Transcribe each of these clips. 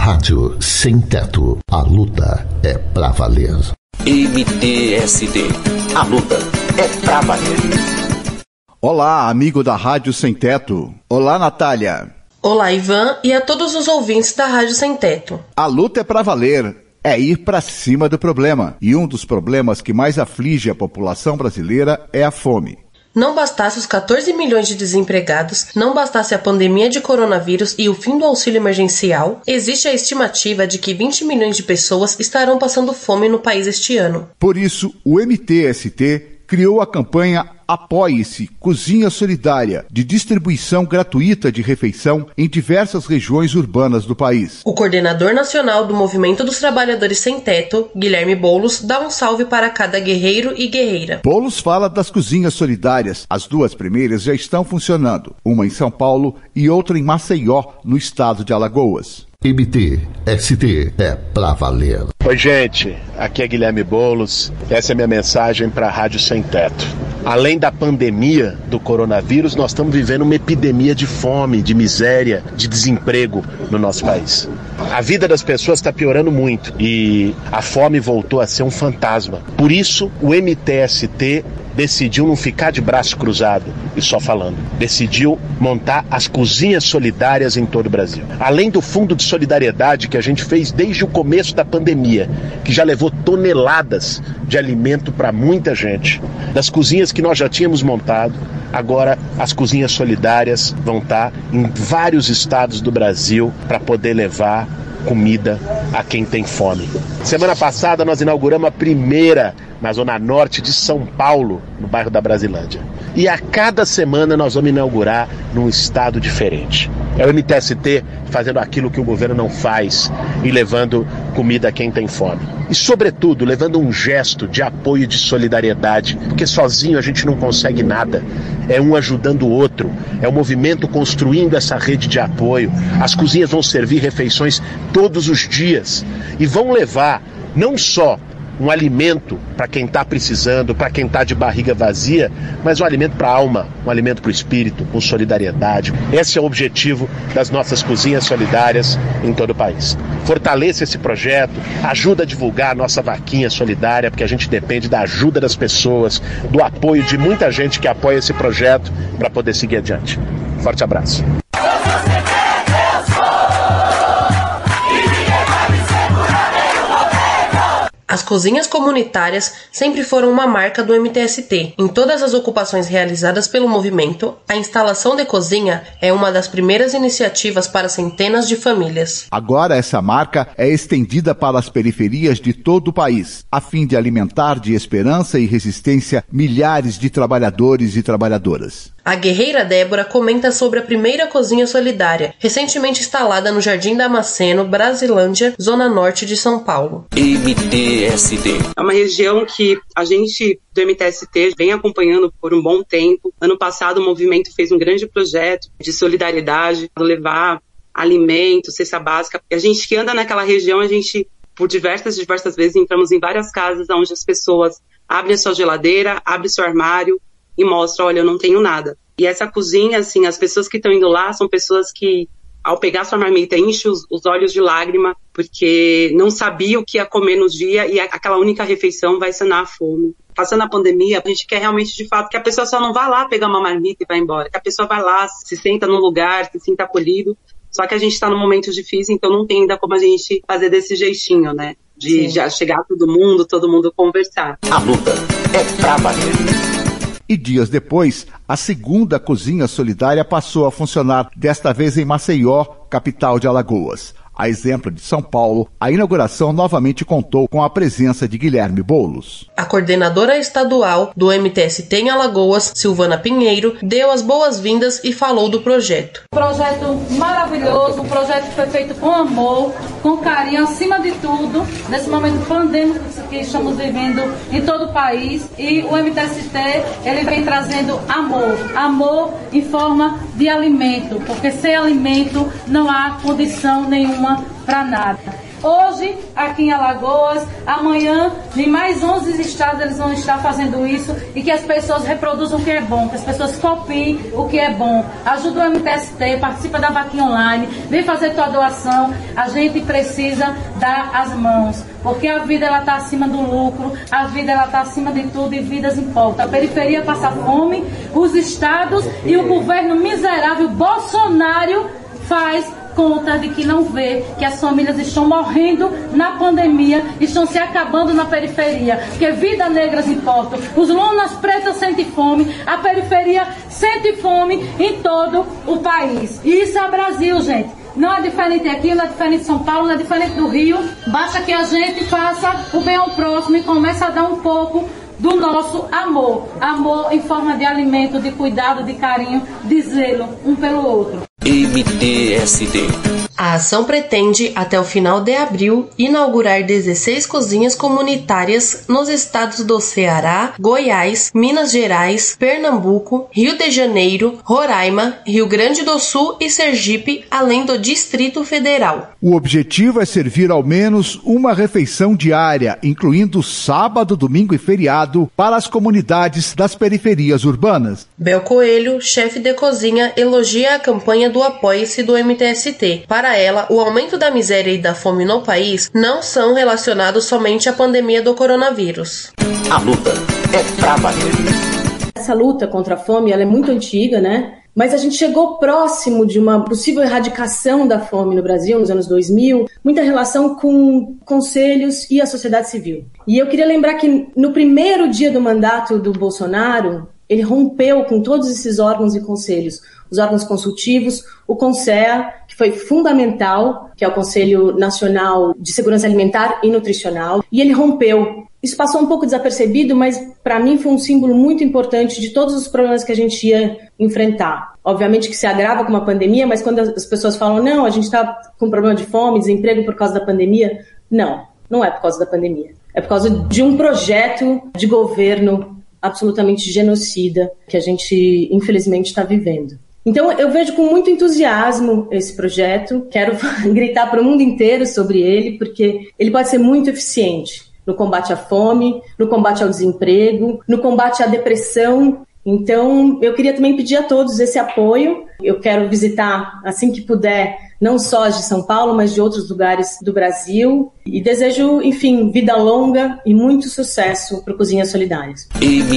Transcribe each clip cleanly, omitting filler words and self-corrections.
Rádio Sem Teto. A luta é pra valer. MTST. A luta é pra valer. Olá, amigo da Rádio Sem Teto. Olá, Natália. Olá, Ivan, e a todos os ouvintes da Rádio Sem Teto. A luta é pra valer. É ir pra cima do problema. E um dos problemas que mais aflige a população brasileira é a fome. Não bastasse os 14 milhões de desempregados, não bastasse a pandemia de coronavírus e o fim do auxílio emergencial, existe a estimativa de que 20 milhões de pessoas estarão passando fome no país este ano. Por isso, o MTST criou a campanha Apoie-se Cozinha Solidária, de distribuição gratuita de refeição em diversas regiões urbanas do país. O coordenador nacional do Movimento dos Trabalhadores Sem Teto, Guilherme Boulos, dá um salve para cada guerreiro e guerreira. Boulos fala das cozinhas solidárias. As duas primeiras já estão funcionando, uma em São Paulo e outra em Maceió, no estado de Alagoas. MTST é pra valer. Oi, gente, aqui é Guilherme Boulos. Essa é a minha mensagem para a Rádio Sem Teto. Além da pandemia do coronavírus, nós estamos vivendo uma epidemia de fome, de miséria, de desemprego no nosso país. A vida das pessoas está piorando muito e a fome voltou a ser um fantasma. Por isso, o MTST decidiu não ficar de braço cruzado e só falando. Decidiu montar as cozinhas solidárias em todo o Brasil. Além do fundo de solidariedade que a gente fez desde o começo da pandemia, que já levou toneladas de alimento para muita gente, das cozinhas que nós já tínhamos montado, agora as cozinhas solidárias vão estar em vários estados do Brasil para poder levar comida a quem tem fome. Semana passada nós inauguramos a primeira na zona norte de São Paulo, no bairro da Brasilândia. E a cada semana nós vamos inaugurar num estado diferente. É o MTST fazendo aquilo que o governo não faz e levando comida a quem tem fome. E, sobretudo, levando um gesto de apoio e de solidariedade, porque sozinho a gente não consegue nada. É um ajudando o outro, é o movimento construindo essa rede de apoio. As cozinhas vão servir refeições todos os dias e vão levar não só um alimento para quem está precisando, para quem está de barriga vazia, mas um alimento para a alma, um alimento para o espírito, com solidariedade. Esse é o objetivo das nossas cozinhas solidárias em todo o país. Fortaleça esse projeto, ajuda a divulgar a nossa vaquinha solidária, porque a gente depende da ajuda das pessoas, do apoio de muita gente que apoia esse projeto para poder seguir adiante. Forte abraço. As cozinhas comunitárias sempre foram uma marca do MTST. Em todas as ocupações realizadas pelo movimento, a instalação de cozinha é uma das primeiras iniciativas para centenas de famílias. Agora essa marca é estendida para as periferias de todo o país, a fim de alimentar de esperança e resistência milhares de trabalhadores e trabalhadoras. A guerreira Débora comenta sobre a primeira cozinha solidária, recentemente instalada no Jardim Damasceno, Brasilândia, zona norte de São Paulo. MTST. É uma região que a gente do MTST vem acompanhando por um bom tempo. Ano passado o movimento fez um grande projeto de solidariedade, levar alimentos, cesta básica. A gente que anda naquela região, a gente por diversas vezes entramos em várias casas onde as pessoas abrem a sua geladeira, abrem seu armário e mostra, olha, eu não tenho nada. E essa cozinha, assim, as pessoas que estão indo lá são pessoas que, ao pegar sua marmita, enchem os olhos de lágrima, porque não sabia o que ia comer no dia e aquela única refeição vai sanar a fome. Passando a pandemia, a gente quer realmente, de fato, que a pessoa só não vá lá pegar uma marmita e vai embora, que a pessoa vai lá, se senta num lugar, se sinta acolhido. Só que a gente está num momento difícil, então não tem ainda como a gente fazer desse jeitinho, né? De já chegar todo mundo conversar. A luta é pra valer. E dias depois, a segunda cozinha solidária passou a funcionar, desta vez em Maceió, capital de Alagoas. A exemplo de São Paulo, a inauguração novamente contou com a presença de Guilherme Boulos. A coordenadora estadual do MTST em Alagoas, Silvana Pinheiro, deu as boas-vindas e falou do projeto. Projeto maravilhoso, um projeto que foi feito com amor, com carinho, acima de tudo, nesse momento pandêmico que estamos vivendo em todo o país. E o MTST, ele vem trazendo amor em forma de alimento, porque sem alimento não há condição nenhuma para nada. Hoje, aqui em Alagoas, amanhã, em mais 11 estados eles vão estar fazendo isso e que as pessoas reproduzam o que é bom, que as pessoas copiem o que é bom. Ajuda o MTST, participa da vaquinha online, vem fazer tua doação. A gente precisa dar as mãos, porque a vida ela está acima do lucro, a vida ela está acima de tudo e vidas importam. A periferia passa fome, os estados e o governo miserável Bolsonaro faz conta de que não vê que as famílias estão morrendo na pandemia, estão se acabando na periferia, porque vidas negras importam, os lonas pretas sentem fome, a periferia sente fome em todo o país. E isso é Brasil, gente. Não é diferente aqui, não é diferente de São Paulo, não é diferente do Rio. Basta que a gente faça o bem ao próximo e comece a dar um pouco do nosso amor. Amor em forma de alimento, de cuidado, de carinho, de zelo um pelo outro. MTST. A ação pretende, até o final de abril, inaugurar 16 cozinhas comunitárias nos estados do Ceará, Goiás, Minas Gerais, Pernambuco, Rio de Janeiro, Roraima, Rio Grande do Sul e Sergipe, além do Distrito Federal. O objetivo é servir ao menos uma refeição diária, incluindo sábado, domingo e feriado, para as comunidades das periferias urbanas. Bel Coelho, chefe de cozinha, elogia a campanha do Apoie-se do MTST. Para ela, o aumento da miséria e da fome no país não são relacionados somente à pandemia do coronavírus. A luta é pra valer. Essa luta contra a fome ela é muito antiga, né? Mas a gente chegou próximo de uma possível erradicação da fome no Brasil nos anos 2000, muita relação com conselhos e a sociedade civil. E eu queria lembrar que no primeiro dia do mandato do Bolsonaro, ele rompeu com todos esses órgãos e conselhos, os órgãos consultivos, o CONSEA, que foi fundamental, que é o Conselho Nacional de Segurança Alimentar e Nutricional, e ele rompeu. Isso passou um pouco desapercebido, mas para mim foi um símbolo muito importante de todos os problemas que a gente ia enfrentar. Obviamente que se agrava com uma pandemia, mas quando as pessoas falam, não, a gente está com problema de fome, desemprego por causa da pandemia, não é por causa da pandemia. É por causa de um projeto de governo absolutamente genocida que a gente, infelizmente, está vivendo. Então, eu vejo com muito entusiasmo esse projeto, quero gritar para o mundo inteiro sobre ele, porque ele pode ser muito eficiente no combate à fome, no combate ao desemprego, no combate à depressão. Então, eu queria também pedir a todos esse apoio. Eu quero visitar, assim que puder, não só as de São Paulo, mas de outros lugares do Brasil. E desejo, enfim, vida longa e muito sucesso para o Cozinhas Solidárias.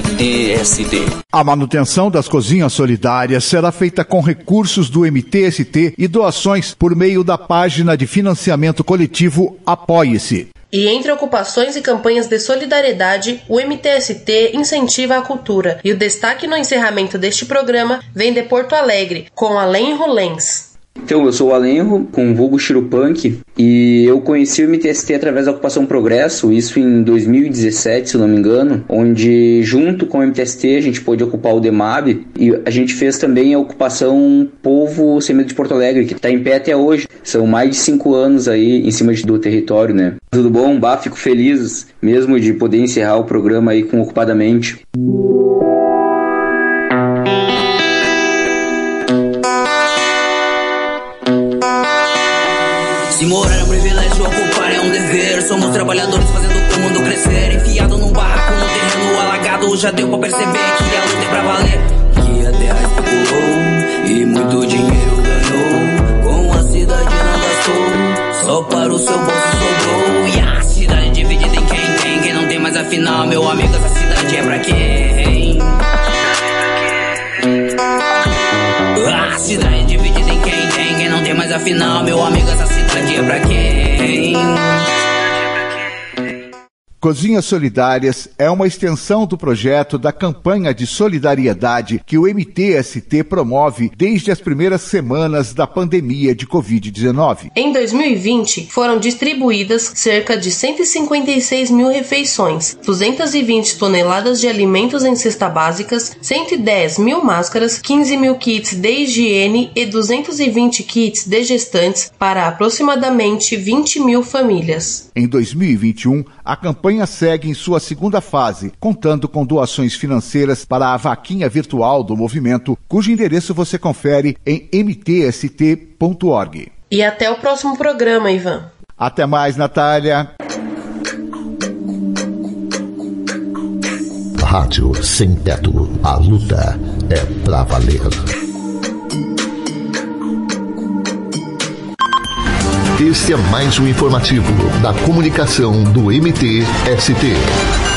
MTST. A manutenção das cozinhas solidárias será feita com recursos do MTST e doações por meio da página de financiamento coletivo Apoie-se. E entre ocupações e campanhas de solidariedade, o MTST incentiva a cultura. E o destaque no encerramento deste programa vem de Porto Alegre, com Alenro Lens. Então, eu sou o Alenro, com o vulgo Chirupunk, e eu conheci o MTST através da Ocupação Progresso, isso em 2017, se não me engano, onde junto com o MTST a gente pôde ocupar o DEMAB, e a gente fez também a Ocupação Povo Sem Medo de Porto Alegre, que está em pé até hoje. São mais de 5 anos aí em cima do território, né? Tudo bom? Fico feliz mesmo de poder encerrar o programa aí com Ocupadamente. Se morar é um privilégio, ocupar é um dever. Somos trabalhadores fazendo o mundo crescer. Enfiado num barraco, num terreno alagado. Já deu pra perceber que a luta é pra valer. Que a terra especulou e muito dinheiro ganhou. Com a cidade não gastou, só para o seu bolso sobrou. E a cidade dividida em quem tem, quem não tem mais afinal. Meu amigo, essa cidade é pra quem? A cidade dividida em quem tem, quem não tem mais afinal. Meu amigo, essa cidade é pra quem? Cozinhas Solidárias é uma extensão do projeto da campanha de solidariedade que o MTST promove desde as primeiras semanas da pandemia de Covid-19. Em 2020, foram distribuídas cerca de 156 mil refeições, 220 toneladas de alimentos em cesta básicas, 110 mil máscaras, 15 mil kits de higiene e 220 kits de gestantes para aproximadamente 20 mil famílias. Em 2021, a campanha segue em sua segunda fase, contando com doações financeiras para a vaquinha virtual do movimento, cujo endereço você confere em mtst.org. E até o próximo programa, Ivan. Até mais, Natália. Rádio Sem Teto. A luta é pra valer. Este é mais um informativo da comunicação do MTST.